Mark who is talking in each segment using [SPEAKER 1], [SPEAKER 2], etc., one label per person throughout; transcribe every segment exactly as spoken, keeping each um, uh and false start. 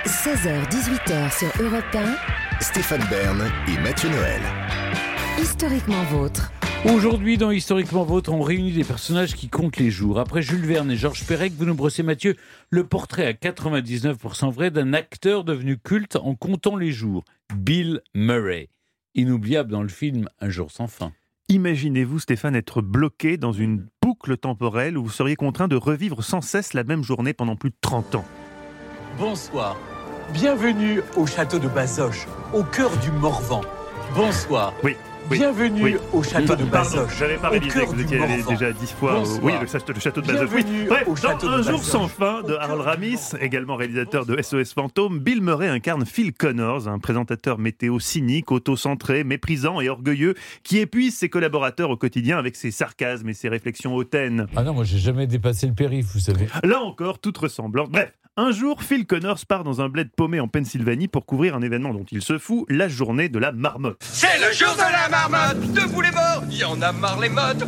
[SPEAKER 1] seize heures dix-huit heures sur Europe un.
[SPEAKER 2] Stéphane Bern et Mathieu Noël.
[SPEAKER 1] Historiquement vôtre.
[SPEAKER 3] Aujourd'hui, dans Historiquement Vôtre, on réunit des personnages qui comptent les jours. Après Jules Verne et Georges Perec, vous nous brossez, Mathieu, le portrait à quatre-vingt-dix-neuf pour cent vrai d'un acteur devenu culte en comptant les jours. Bill Murray. Inoubliable dans le film Un jour sans fin.
[SPEAKER 4] Imaginez-vous, Stéphane, être bloqué dans une boucle temporelle où vous seriez contraint de revivre sans cesse la même journée pendant plus de trente ans.
[SPEAKER 5] Bonsoir. Bienvenue au château de Bazoches, au cœur du Morvan. Bonsoir.
[SPEAKER 4] Oui. Oui,
[SPEAKER 5] Bienvenue
[SPEAKER 4] oui.
[SPEAKER 5] au château de
[SPEAKER 4] Pardon,
[SPEAKER 5] Bazoches.
[SPEAKER 4] j'avais pas réalisé que vous étiez allé déjà dix fois.
[SPEAKER 5] Bonsoir.
[SPEAKER 4] Oui, le château, le château de Bazoches. Oui.
[SPEAKER 5] Bienvenue au
[SPEAKER 4] Bref,
[SPEAKER 5] château
[SPEAKER 4] dans
[SPEAKER 5] de
[SPEAKER 4] Un jour
[SPEAKER 5] Bazoches.
[SPEAKER 4] sans fin de Harold Ramis, également réalisateur de S O S Fantôme, Bill Murray incarne Phil Connors, un présentateur météo cynique, auto-centré, méprisant et orgueilleux, qui épuise ses collaborateurs au quotidien avec ses sarcasmes et ses réflexions hautaines.
[SPEAKER 6] Ah non, moi j'ai jamais dépassé le périph', vous savez.
[SPEAKER 4] Là encore, toute ressemblance. Bref. Un jour, Phil Connors part dans un bled paumé en Pennsylvanie pour couvrir un événement dont il se fout, la journée de la marmotte.
[SPEAKER 7] C'est le jour de la marmotte. Debout les morts, il y en a marre les mottes.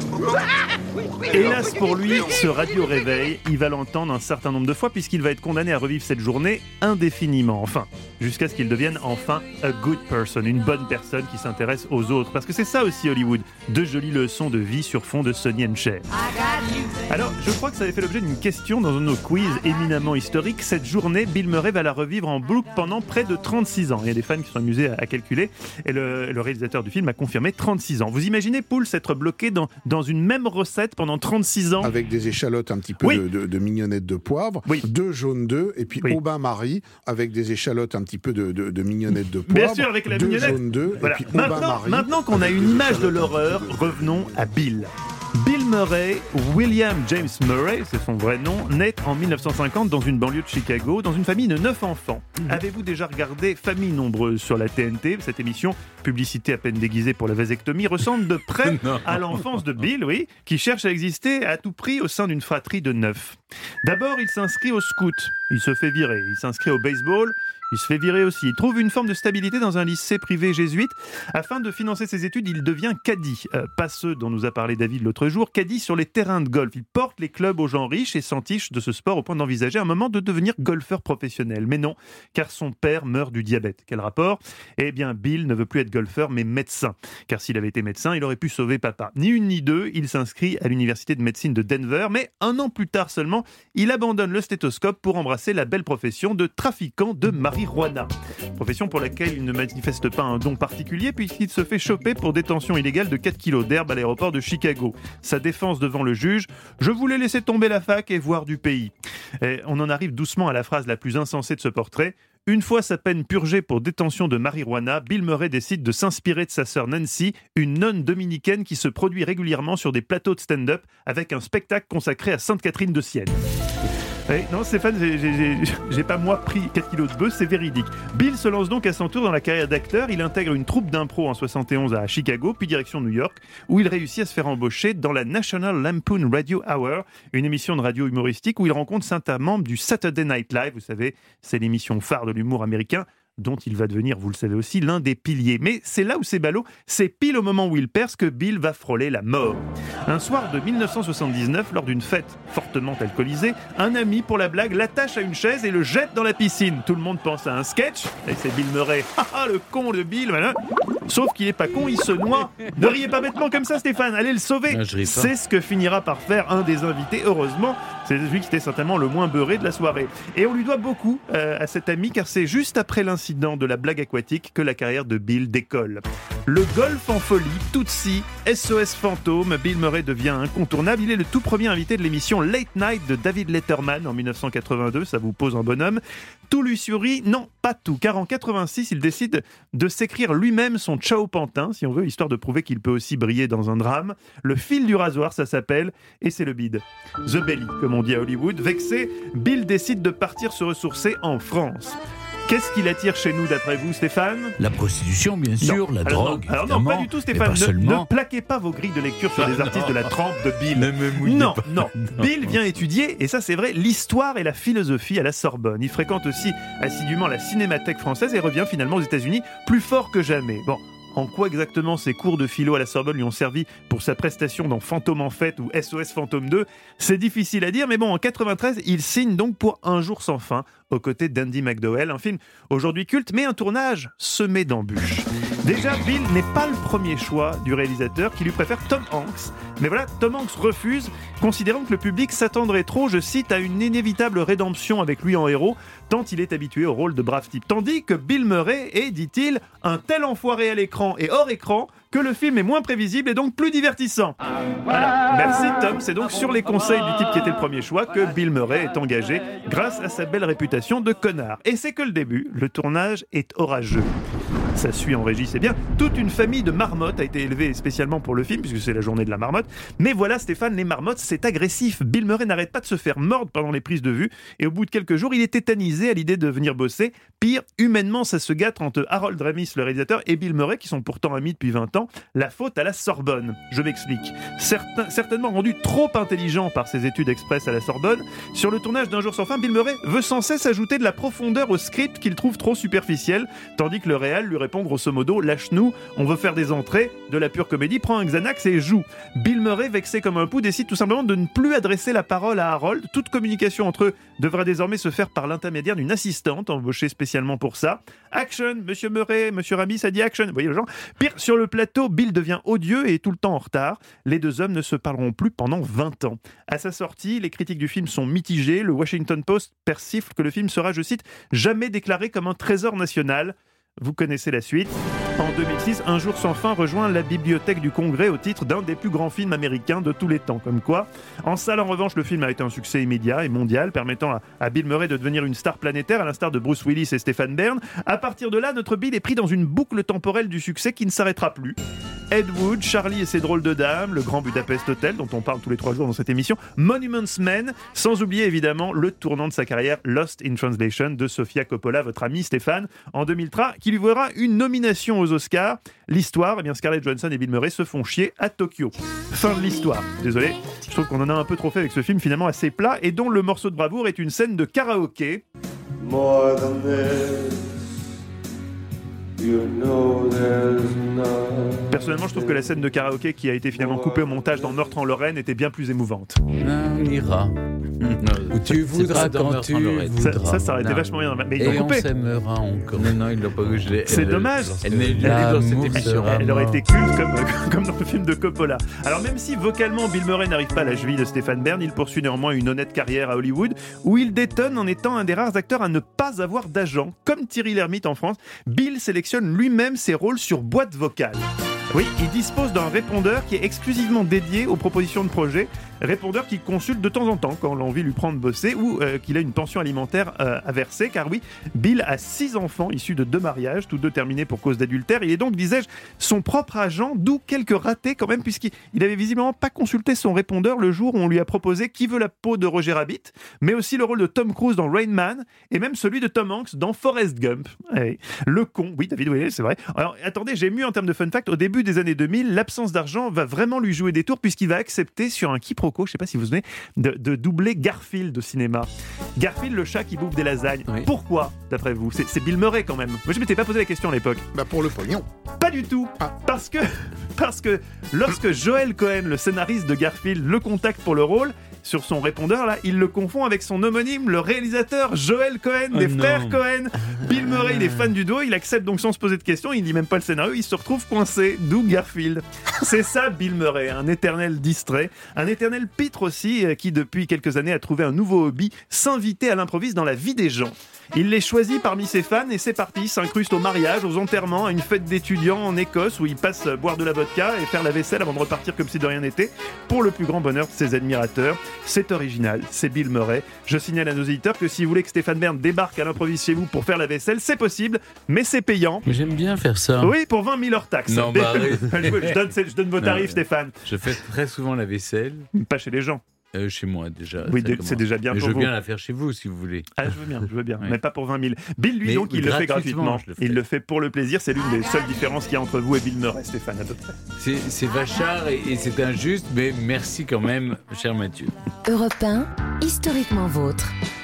[SPEAKER 4] Hélas pour lui, ce radio réveil, il va l'entendre un certain nombre de fois puisqu'il va être condamné à revivre cette journée indéfiniment, enfin, jusqu'à ce qu'il devienne enfin a good person, une bonne personne qui s'intéresse aux autres. Parce que c'est ça aussi Hollywood, de jolies leçons de vie sur fond de Sonny and Cher. Alors, je crois que ça avait fait l'objet d'une question dans un de nos quiz éminemment historiques. Cette journée, Bill Murray va la revivre en boucle pendant près de trente-six ans. Il y a des fans qui sont amusés à calculer et le, le réalisateur du film a confirmé trente-six ans. Vous imaginez, Pouls, être bloqué dans, dans une même recette pendant trente-six ans?
[SPEAKER 8] Avec des échalotes un petit peu
[SPEAKER 4] Oui.
[SPEAKER 8] de, de, de mignonnettes de poivre,
[SPEAKER 4] Oui.
[SPEAKER 8] deux jaunes d'œufs, et puis
[SPEAKER 4] Oui.
[SPEAKER 8] au bain-marie avec des échalotes un petit peu de, de, de mignonnettes de poivre.
[SPEAKER 4] Bien sûr, avec la
[SPEAKER 8] deux
[SPEAKER 4] mignonnette.
[SPEAKER 8] jaunes d'œufs,
[SPEAKER 4] Voilà.
[SPEAKER 8] et puis au
[SPEAKER 4] Maintenant,
[SPEAKER 8] bain-marie.
[SPEAKER 4] maintenant qu'on a
[SPEAKER 8] avec
[SPEAKER 4] une
[SPEAKER 8] des
[SPEAKER 4] image de
[SPEAKER 8] échalotes
[SPEAKER 4] l'horreur, revenons à Bill. Bill Murray, William James Murray, c'est son vrai nom, naît en dix-neuf cent cinquante dans une banlieue de Chicago, dans une famille de neuf enfants. Avez-vous déjà regardé Famille nombreuse sur la T N T? Cette émission, publicité à peine déguisée pour la vasectomie, ressemble de près à l'enfance de Bill, oui, qui cherche à exister à tout prix au sein d'une fratrie de neuf. D'abord, il s'inscrit au scout, il se fait virer, il s'inscrit au baseball, il se fait virer aussi. Il trouve une forme de stabilité dans un lycée privé jésuite. Afin de financer ses études, il devient caddie. Euh, pas ceux dont nous a parlé David l'autre jour, caddie sur les terrains de golf. Il porte les clubs aux gens riches et s'entiche de ce sport au point d'envisager un moment de devenir golfeur professionnel. Mais non, car son père meurt du diabète. Quel rapport? Eh bien, Bill ne veut plus être golfeur, mais médecin. Car s'il avait été médecin, il aurait pu sauver papa. Ni une ni deux, il s'inscrit à l'université de médecine de Denver. Mais un an plus tard seulement, il abandonne le stéthoscope pour embrasser la belle profession de trafiquant de marijuana. Profession pour laquelle il ne manifeste pas un don particulier puisqu'il se fait choper pour détention illégale de quatre kilos d'herbe à l'aéroport de Chicago. Sa défense devant le juge: je voulais laisser tomber la fac et voir du pays. Et on en arrive doucement à la phrase la plus insensée de ce portrait. Une fois sa peine purgée pour détention de marijuana, Bill Murray décide de s'inspirer de sa sœur Nancy, une nonne dominicaine qui se produit régulièrement sur des plateaux de stand-up avec un spectacle consacré à Sainte-Catherine de Sienne. Oui, non, Stéphane, j'ai, j'ai, j'ai pas moi pris quatre kilos de bœuf, c'est véridique. Bill se lance donc à son tour dans la carrière d'acteur. Il intègre une troupe d'impro en soixante et onze à Chicago, puis direction New York, où il réussit à se faire embaucher dans la National Lampoon Radio Hour, une émission de radio humoristique où il rencontre certains membres du Saturday Night Live. Vous savez, c'est l'émission phare de l'humour américain, dont il va devenir, vous le savez aussi, l'un des piliers. Mais c'est là où c'est ballot, c'est pile au moment où il perce que Bill va frôler la mort. Un soir de dix-neuf cent soixante-dix-neuf, lors d'une fête fortement alcoolisée, un ami, pour la blague, l'attache à une chaise et le jette dans la piscine. Tout le monde pense à un sketch, et c'est Bill Murray. Ah, le con de Bill, voilà. Sauf qu'il est pas con, il se noie. Ne riez pas bêtement comme ça, Stéphane, allez le sauver.
[SPEAKER 3] Ah, je ris pas.
[SPEAKER 4] C'est ce que finira par faire un des invités, heureusement. C'est celui qui était certainement le moins beurré de la soirée. Et on lui doit beaucoup euh, à cet ami, car c'est juste après l'incident de la blague aquatique que la carrière de Bill décolle. Le golf en folie, Tootsie, S O S Fantôme, Bill Murray devient incontournable. Il est le tout premier invité de l'émission Late Night de David Letterman en dix-neuf cent quatre-vingt-deux, ça vous pose un bonhomme. Tout lui sourit, non, pas tout, car en quatre-vingt-six, il décide de s'écrire lui-même son Ciao Pantin, si on veut, histoire de prouver qu'il peut aussi briller dans un drame. Le fil du rasoir, ça s'appelle, et c'est le bide. The Belly, comme on dit à Hollywood. Vexé, Bill décide de partir se ressourcer en France. Qu'est-ce qui l'attire chez nous, d'après vous, Stéphane?
[SPEAKER 6] La prostitution, bien sûr,
[SPEAKER 4] Non.
[SPEAKER 6] la
[SPEAKER 4] alors
[SPEAKER 6] drogue,
[SPEAKER 4] non. Alors non,
[SPEAKER 6] évidemment,
[SPEAKER 4] pas du tout,
[SPEAKER 6] mais
[SPEAKER 4] Stéphane.
[SPEAKER 6] pas
[SPEAKER 4] Ne,
[SPEAKER 6] seulement.
[SPEAKER 4] ne plaquez pas vos grilles de lecture sur
[SPEAKER 6] Ah,
[SPEAKER 4] les artistes
[SPEAKER 6] non.
[SPEAKER 4] de la trempe de Bill.
[SPEAKER 6] Ne me mouillez
[SPEAKER 4] Non,
[SPEAKER 6] pas.
[SPEAKER 4] non. Bill vient étudier, et ça c'est vrai, l'histoire et la philosophie à la Sorbonne. Il fréquente aussi assidûment la Cinémathèque française et revient finalement aux États-Unis plus fort que jamais. Bon. En quoi exactement ces cours de philo à la Sorbonne lui ont servi pour sa prestation dans Fantôme en fête ou S O S Fantôme deux, c'est difficile à dire, mais bon, en quatre-vingt-treize, il signe donc pour Un jour sans fin, aux côtés d'Andy McDowell. Un film aujourd'hui culte, mais un tournage semé d'embûches. Déjà, Bill n'est pas le premier choix du réalisateur qui lui préfère Tom Hanks. Mais voilà, Tom Hanks refuse, considérant que le public s'attendrait trop, je cite, à une inévitable rédemption avec lui en héros, tant il est habitué au rôle de brave type. Tandis que Bill Murray est, dit-il, un tel enfoiré à l'écran et hors écran que le film est moins prévisible et donc plus divertissant. Voilà. Merci Tom, c'est donc sur les conseils du type qui était le premier choix que Bill Murray est engagé grâce à sa belle réputation de connard. Et c'est que le début, le tournage est orageux. Ça suit en régie, c'est bien. Toute une famille de marmottes a été élevée spécialement pour le film, puisque c'est la journée de la marmotte. Mais voilà, Stéphane, les marmottes, c'est agressif. Bill Murray n'arrête pas de se faire mordre pendant les prises de vue. Et au bout de quelques jours, il est tétanisé à l'idée de venir bosser. Pire, humainement, ça se gâte entre Harold Ramis, le réalisateur, et Bill Murray, qui sont pourtant amis depuis vingt ans. La faute à la Sorbonne. Je m'explique. Certain, certainement rendu trop intelligent par ses études express à la Sorbonne, sur le tournage d'Un jour sans fin, Bill Murray veut sans cesse ajouter de la profondeur au script qu'il trouve trop superficiel, tandis que le réal lui répond grosso modo, lâche-nous, on veut faire des entrées, de la pure comédie, prends un Xanax et joue. Bill Murray, vexé comme un pou, décide tout simplement de ne plus adresser la parole à Harold. Toute communication entre eux devra désormais se faire par l'intermédiaire d'une assistante embauchée spécialement pour ça. Action, monsieur Murray, monsieur Ramis a dit action, vous voyez le genre. Pire, sur le plateau, Bill devient odieux et est tout le temps en retard. Les deux hommes ne se parleront plus pendant vingt ans. À sa sortie, les critiques du film sont mitigées. Le Washington Post persifle que le film sera, je cite, jamais déclaré comme un trésor national. Vous connaissez la suite. En deux mille six, Un jour sans fin rejoint la bibliothèque du Congrès au titre d'un des plus grands films américains de tous les temps. Comme quoi, en salle en revanche, le film a été un succès immédiat et mondial, permettant à, à Bill Murray de devenir une star planétaire à l'instar de Bruce Willis et Stephen Byrne. À partir de là, notre Bill est pris dans une boucle temporelle du succès qui ne s'arrêtera plus. Ed Wood, Charlie et ses drôles de dames, le Grand Budapest Hotel, dont on parle tous les trois jours dans cette émission, Monuments Men, sans oublier évidemment le tournant de sa carrière, Lost in Translation, de Sofia Coppola, votre ami Stéphane, en deux mille trois, qui lui vaudra une nomination aux Oscars. L'histoire, eh bien Scarlett Johansson et Bill Murray se font chier à Tokyo. Fin de l'histoire. Désolé, je trouve qu'on en a un peu trop fait avec ce film finalement assez plat, et dont le morceau de bravoure est une scène de karaoké. More than this. You know there's Personnellement, je trouve que la scène de karaoké qui a été finalement coupée au montage dans Meurtre en Lorraine était bien plus émouvante.
[SPEAKER 6] On ira. Où tu voudras quand tu voudras.
[SPEAKER 4] Ça, ça, ça aurait été vachement bien. Mais ils
[SPEAKER 6] Et
[SPEAKER 4] l'ont coupé.
[SPEAKER 6] on s'aimera encore.
[SPEAKER 3] Non, non, ils l'ont pas vu. Je l'ai-
[SPEAKER 4] C'est
[SPEAKER 3] elle-
[SPEAKER 4] dommage.
[SPEAKER 3] Elle n'est
[SPEAKER 4] Elle,
[SPEAKER 3] jamais dans cette
[SPEAKER 6] L'amour
[SPEAKER 3] émission.
[SPEAKER 6] sera
[SPEAKER 4] elle aurait
[SPEAKER 6] mort.
[SPEAKER 4] été culte comme, comme dans le film de Coppola. Alors même si vocalement Bill Murray n'arrive pas à la cheville de Stephen Byrne, il poursuit néanmoins une honnête carrière à Hollywood où il détonne en étant un des rares acteurs à ne pas avoir d'agent. Comme Thierry Lhermitte en France, Bill sélectionne lui-même ses rôles sur boîte vocale. Oui, il dispose d'un répondeur qui est exclusivement dédié aux propositions de projet, répondeur qu'il consulte de temps en temps quand l'envie lui prend de bosser ou euh, qu'il a une pension alimentaire euh, à verser, car oui, Bill a six enfants issus de deux mariages, tous deux terminés pour cause d'adultère. Il est donc, disais-je, son propre agent, d'où quelques ratés quand même, puisqu'il il avait visiblement pas consulté son répondeur le jour où on lui a proposé Qui veut la peau de Roger Rabbit, mais aussi le rôle de Tom Cruise dans Rain Man, et même celui de Tom Hanks dans Forrest Gump. Ouais. Le con, oui David, oui, c'est vrai. Alors attendez, j'ai mieux en termes de fun fact, au début des années deux mille, l'absence d'argent va vraiment lui jouer des tours puisqu'il va accepter sur un quiproquo, je sais pas si vous vous souvenez, de, de doubler Garfield au cinéma. Garfield, le chat qui bouffe des lasagnes.
[SPEAKER 3] Oui.
[SPEAKER 4] Pourquoi, d'après vous? c'est, c'est Bill Murray quand même. Moi je m'étais pas posé la question à l'époque.
[SPEAKER 8] Bah pour le pognon.
[SPEAKER 4] Pas du tout.
[SPEAKER 8] Ah.
[SPEAKER 4] Parce que, parce que lorsque Joel Cohen, le scénariste de Garfield, le contacte pour le rôle, sur son répondeur, là, il le confond avec son homonyme, le réalisateur Joel Cohen, des
[SPEAKER 3] Oh
[SPEAKER 4] frères
[SPEAKER 3] non.
[SPEAKER 4] Cohen. Bill Murray, il est fan du duo, il accepte donc sans se poser de questions, il dit même pas le scénario, il se retrouve coincé, d'où Garfield. C'est ça Bill Murray, un éternel distrait, un éternel pitre aussi, euh, qui depuis quelques années a trouvé un nouveau hobby, s'inviter à l'improviste dans la vie des gens. Il les choisit parmi ses fans et c'est parti, s'incruste au mariage, aux enterrements, à une fête d'étudiants en Écosse où il passe boire de la vodka et faire la vaisselle avant de repartir comme si de rien n'était, pour le plus grand bonheur de ses admirateurs. C'est original, c'est Bill Murray. Je signale à nos éditeurs que si vous voulez que Stéphane Bern débarque à l'improviste chez vous pour faire la vaisselle, c'est possible, mais c'est payant.
[SPEAKER 3] Mais j'aime bien faire ça.
[SPEAKER 4] Oui, pour vingt mille hors taxes.
[SPEAKER 3] Non, bah, arrête.
[SPEAKER 4] je, donne, je donne vos
[SPEAKER 3] Non,
[SPEAKER 4] tarifs,
[SPEAKER 3] mais-
[SPEAKER 4] Stéphane.
[SPEAKER 3] Je fais très souvent la vaisselle.
[SPEAKER 4] Pas chez les gens.
[SPEAKER 3] Euh, chez moi déjà.
[SPEAKER 4] Oui,
[SPEAKER 3] ça
[SPEAKER 4] dé-
[SPEAKER 3] commence.
[SPEAKER 4] c'est déjà bien
[SPEAKER 3] Mais
[SPEAKER 4] pour
[SPEAKER 3] je veux
[SPEAKER 4] vous.
[SPEAKER 3] bien la faire chez vous si vous voulez.
[SPEAKER 4] Ah, je veux bien, je veux bien,
[SPEAKER 3] Oui.
[SPEAKER 4] mais pas pour vingt mille. Bill, lui,
[SPEAKER 3] Mais
[SPEAKER 4] donc, il le fait
[SPEAKER 3] gratuitement,
[SPEAKER 4] gratuitement.
[SPEAKER 3] je le fais.
[SPEAKER 4] Il le fait pour le plaisir. C'est l'une des seules différences qu'il y a entre vous et Bill Murray, Stéphane, à peu près.
[SPEAKER 3] C'est, c'est vachard et, et c'est injuste, mais merci quand même, cher Mathieu.
[SPEAKER 1] Europe un, historiquement vôtre.